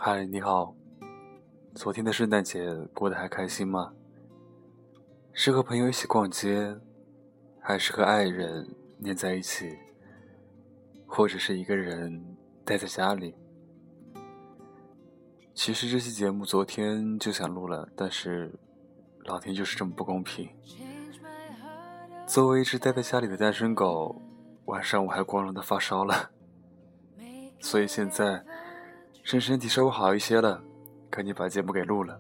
嗨，你好。昨天的圣诞节过得还开心吗？是和朋友一起逛街，还是和爱人黏在一起，或者是一个人待在家里？其实这期节目昨天就想录了，但是老天就是这么不公平。作为一只待在家里的单身狗，晚上我还光荣的发烧了，所以现在趁身体稍微好一些了，赶紧把节目给录了。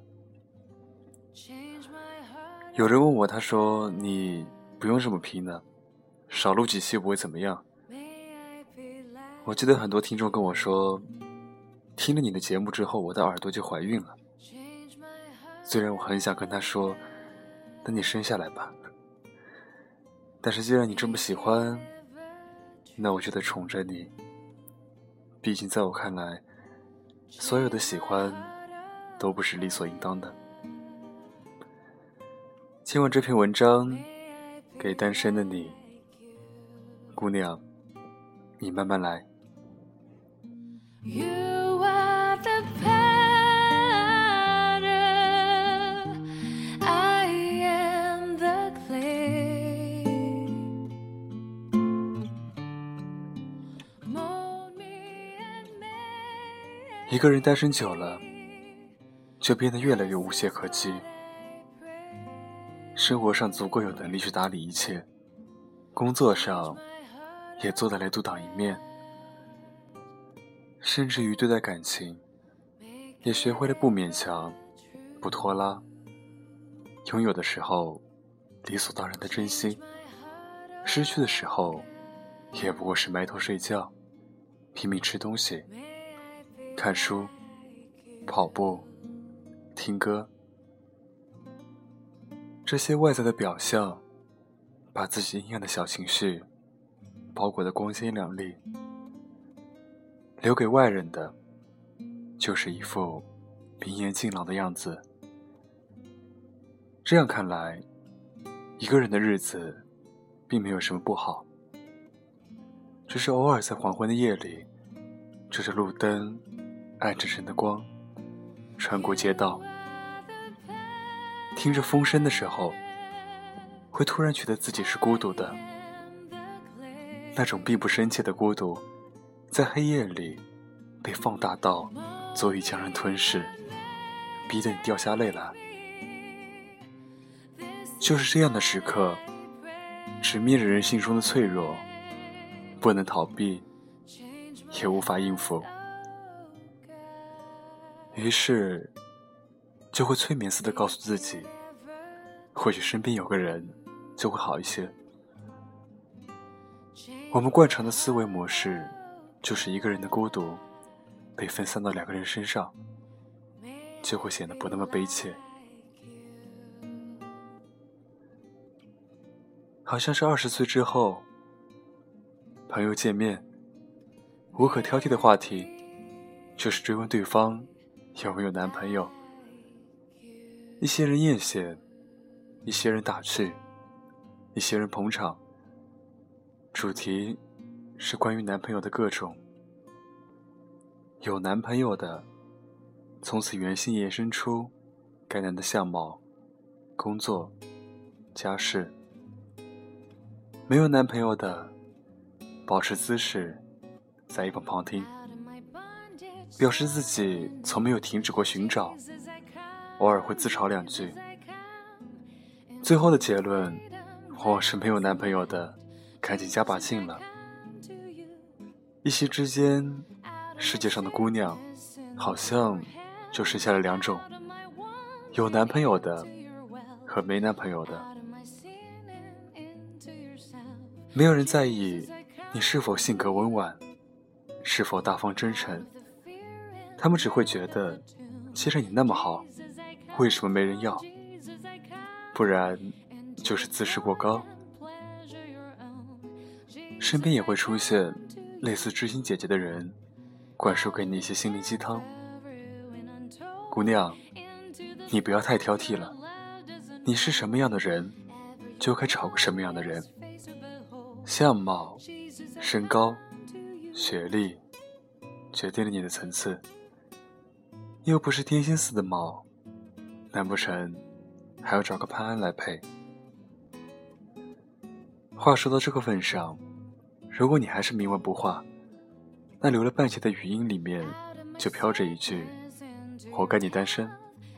有人问我，他说你不用这么拼呢，少录几期不会怎么样。我记得很多听众跟我说，听了你的节目之后，我的耳朵就怀孕了。虽然我很想跟他说，等你生下来吧，但是既然你这么喜欢，那我就得宠着你。毕竟在我看来，所有的喜欢都不是理所应当的。今晚这篇文章给单身的你，姑娘，你慢慢来。 You are the powder, I am the clay. Mold me and make 一个人单身久了，就变得越来越无懈可击。生活上足够有能力去打理一切，工作上也做得来独当一面，甚至于对待感情，也学会了不勉强，不拖拉。拥有的时候理所当然的珍惜，失去的时候也不过是埋头睡觉，拼命吃东西，看书，跑步，听歌。这些外在的表象，把自己阴暗的小情绪包裹得光鲜亮丽，留给外人的就是一副明艳净朗的样子。这样看来，一个人的日子并没有什么不好，只是偶尔在黄昏的夜里，遮着路灯暗沉沉的光，穿过街道，听着风声的时候，会突然觉得自己是孤独的。那种并不深切的孤独，在黑夜里被放大到足以将人吞噬，逼得你掉下泪来。就是这样的时刻，直面着人性中的脆弱，不能逃避，也无法应付，于是就会催眠似的告诉自己，或许身边有个人就会好一些。我们惯常的思维模式就是一个人的孤独被分散到两个人身上，就会显得不那么悲切。好像是20岁之后，朋友见面，无可挑剔的话题就是追问对方有没有男朋友。一些人艳羡，一些人打趣，一些人捧场，主题是关于男朋友的各种。有男朋友的从此原性延伸出该男的相貌、工作、家世。没有男朋友的保持姿势，在一旁旁听，表示自己从没有停止过寻找，偶尔会自嘲两句。最后的结论往往是没有男朋友的赶紧加把劲了。一夕之间，世界上的姑娘好像就剩下了两种，有男朋友的和没男朋友的。没有人在意你是否性格温婉，是否大方真诚，他们只会觉得既然你那么好，为什么没人要？不然就是自视过高。身边也会出现类似知心姐姐的人，灌输给你一些心灵鸡汤。姑娘，你不要太挑剔了，你是什么样的人，就该找个什么样的人。相貌、身高、学历决定了你的层次， 你又不是天仙似的猫，难不成还要找个潘安来配？话说到这个份上，如果你还是冥顽不化，那留了半截的语音里面就飘着一句活该你单身。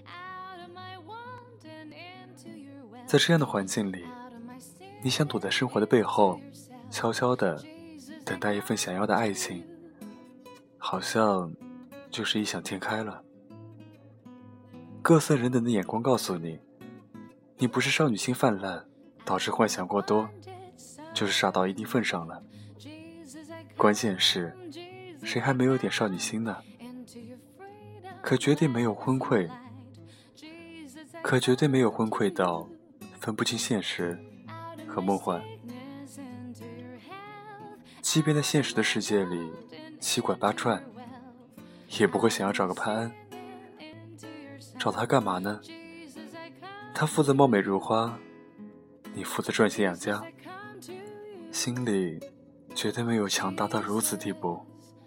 在这样的环境里，你想躲在生活的背后，悄悄地等待一份想要的爱情，好像就是异想天开了。各色人等的眼光告诉你，你不是少女心泛滥导致幻想过多，就是傻到一定份上了。关键是谁还没有点少女心呢？可绝对没有昏聩到分不清现实和梦幻。即便在现实的世界里七拐八转，也不会想要找个潘安。找他干嘛呢？他负责貌美如花，你负责赚钱养家，心里绝对没有强大到如此地步。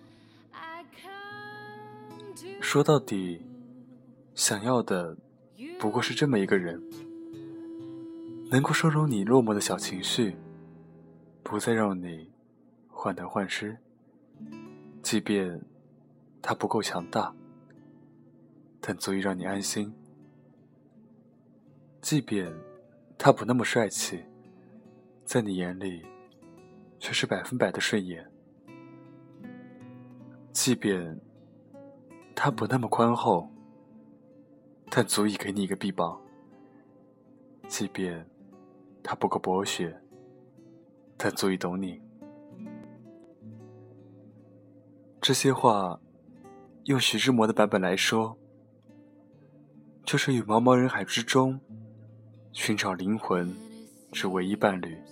说到底，想要的不过是这么一个人，能够收容你落寞的小情绪，不再让你患得患失。即便他不够强大，但足以让你安心。即便他不那么帅气，在你眼里却是100%的顺眼。即便他不那么宽厚，但足以给你一个臂膀。即便他不够博学，但足以懂你。这些话用徐志摩的版本来说，就是与茫茫人海之中寻找灵魂之唯一伴侣。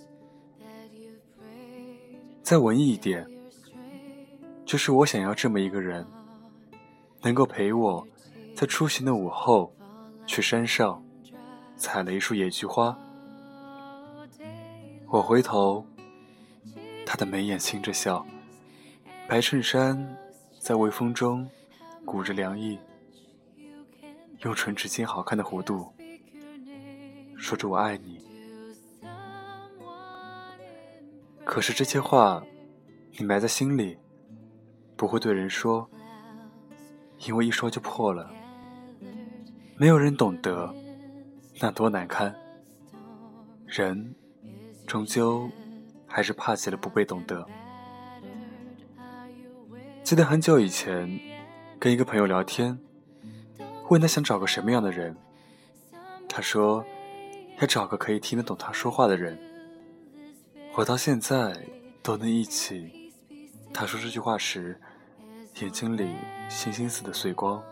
再文艺一点，就是我想要这么一个人，能够陪我在出行的午后去山上采了一束野菊花。我回头，他的眉眼轻着笑，白衬衫在微风中鼓着凉意，用唇齿间好看的弧度说着我爱你。可是这些话你埋在心里，不会对人说，因为一说就破了，没有人懂得，那多难堪。人终究还是怕极了不被懂得。记得很久以前跟一个朋友聊天，问他想找个什么样的人，他说要找个可以听得懂他说话的人。我到现在都能忆起他说这句话时眼睛里星星似的碎光，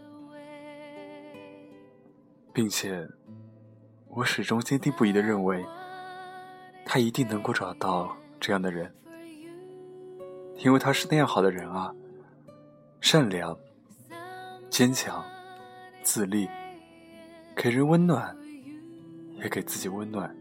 并且我始终坚定不移地认为他一定能够找到这样的人，因为他是那样好的人啊，善良、坚强、自立，给人温暖，也给自己温暖。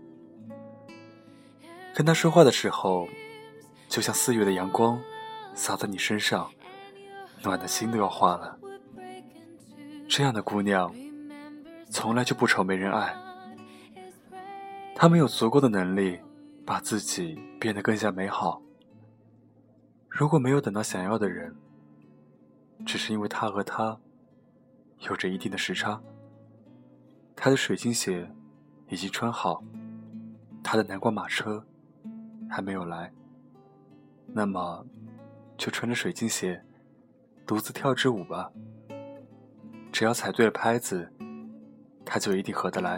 跟他说话的时候，就像4月的阳光洒在你身上，暖的心都要化了。这样的姑娘从来就不愁没人爱，她们有足够的能力把自己变得更加美好。如果没有等到想要的人，只是因为他和他有着一定的时差，他的水晶鞋已经穿好，他的南瓜马车还没有来，那么就穿着水晶鞋独自跳支舞吧。只要踩对了拍子，他就一定合得来。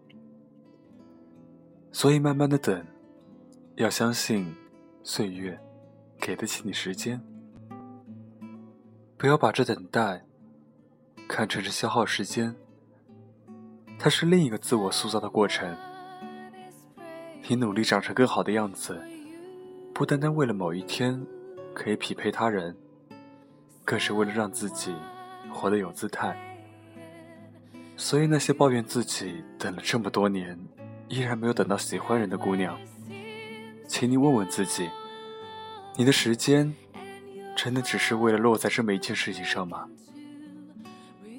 所以慢慢的等，要相信岁月给得起你时间，不要把这等待看成是消耗时间，它是另一个自我塑造的过程。你努力长成更好的样子，不单单为了某一天可以匹配他人，更是为了让自己活得有姿态。所以那些抱怨自己等了这么多年依然没有等到喜欢人的姑娘，请你问问自己，你的时间真的只是为了落在这么一件事情上吗？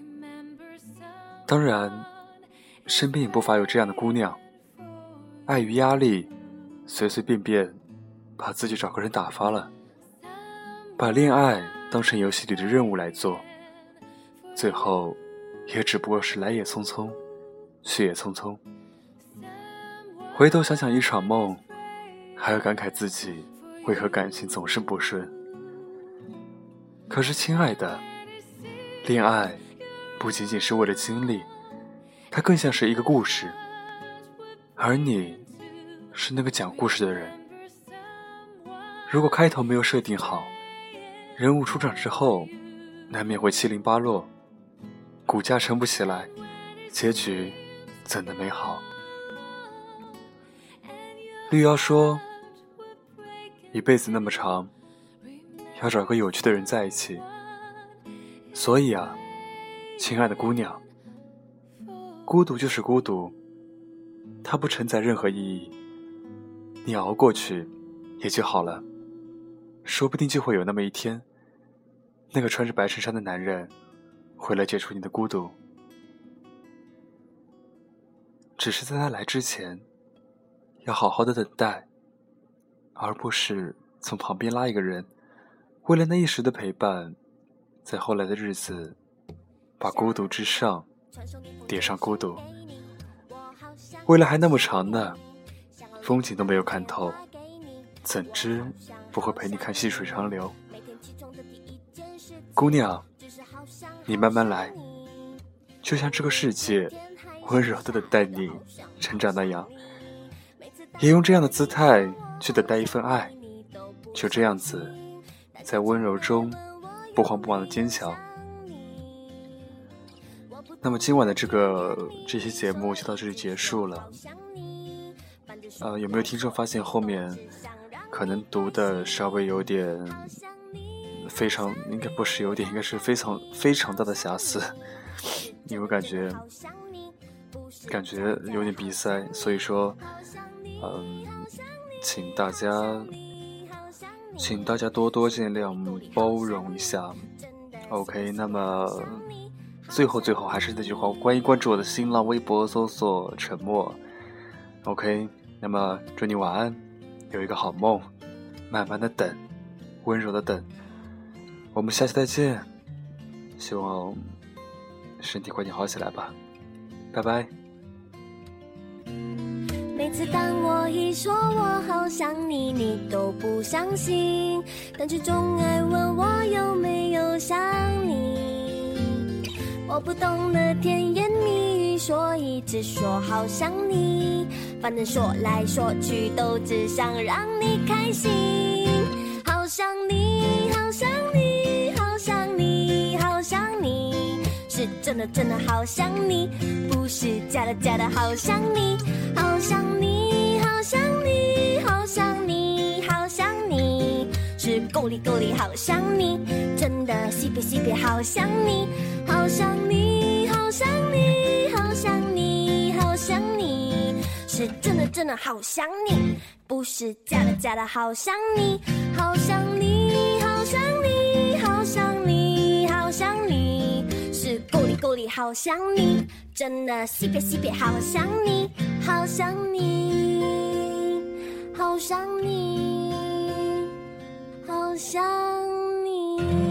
当然身边也不乏有这样的姑娘，碍于压力随随便便把自己找个人打发了，把恋爱当成游戏里的任务来做，最后也只不过是来也匆匆去也匆匆。回头想想一场梦，还要感慨自己为何感情总是不顺。可是亲爱的，恋爱不仅仅是为了经历，它更像是一个故事，而你是那个讲故事的人。如果开头没有设定好，人物出场之后难免会七零八落，骨架撑不起来，结局怎的美好。绿妖说，一辈子那么长，要找个有趣的人在一起。所以啊，亲爱的姑娘，孤独就是孤独，它不承载任何意义，你熬过去也就好了。说不定就会有那么一天，那个穿着白衬衫的男人回来解除你的孤独。只是在他来之前，要好好的等待，而不是从旁边拉一个人，为了那一时的陪伴，在后来的日子把孤独之上叠上孤独。未来还那么长呢，风景都没有看透，怎知不会陪你看细水长流。姑娘，你慢慢来，就像这个世界温柔地等待你成长那样，也用这样的姿态去等待一份爱，就这样子在温柔中不慌不忙的坚强。那么今晚的这期节目就到这里结束了。有没有听众发现后面可能读的稍微有点应该不是有点，应该是非常大的瑕疵，因为感觉有点鼻塞，所以说请大家多多见谅包容一下。 OK， 那么最后还是那句话，关注我的新浪微博，搜索沉默。 OK， 那么祝你晚安，有一个好梦，慢慢的等，温柔的等。我们下期再见，希望身体快点好起来吧，拜拜。 每次当我一说我好想你，你都不相信，但却总爱问我有没有想你。我不懂得甜言蜜语，所以只说好想你，反正说来说去都只想让你开心。好想你，好想你，好想你，好想你，是真的好想你，不是假的好想你。好想你，好想你，好想你，好想你，是够力好想你，真的西北好想你。好想你，好想你，好想你，好想你，是真的好想你，不是假的好想你。好想你，好想你，好想你，好想你，是够力好想你，真的西北好想你。好想你，好想你，好想你。